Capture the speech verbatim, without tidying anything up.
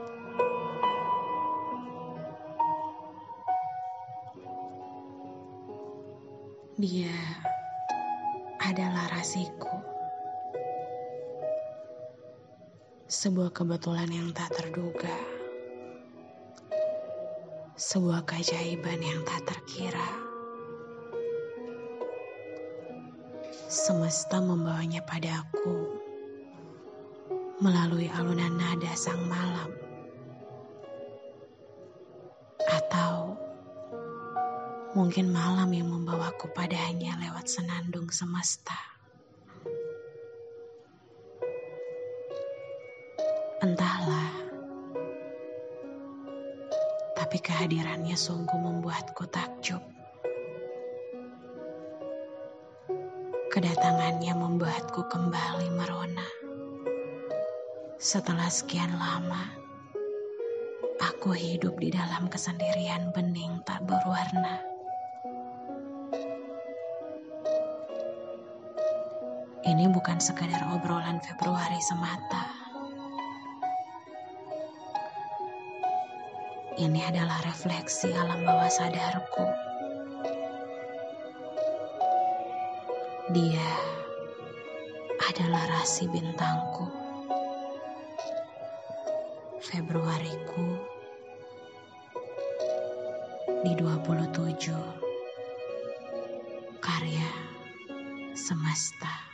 Dia adalah rasiku. Sebuah kebetulan yang tak terduga. Sebuah keajaiban yang tak terkira. Semesta membawanya padaku melalui alunan nada sang malam. Atau mungkin malam yang membawaku padanya lewat senandung semesta. Entahlah, tapi kehadirannya sungguh membuatku takjub. Kedatangannya membuatku kembali merona. Setelah sekian lama, aku hidup di dalam kesendirian bening tak berwarna. Ini bukan sekadar obrolan Februari semata. Ini adalah refleksi alam bawah sadarku. Dia adalah rasi bintangku. Februariku di dua puluh tujuh. Karya Semesta.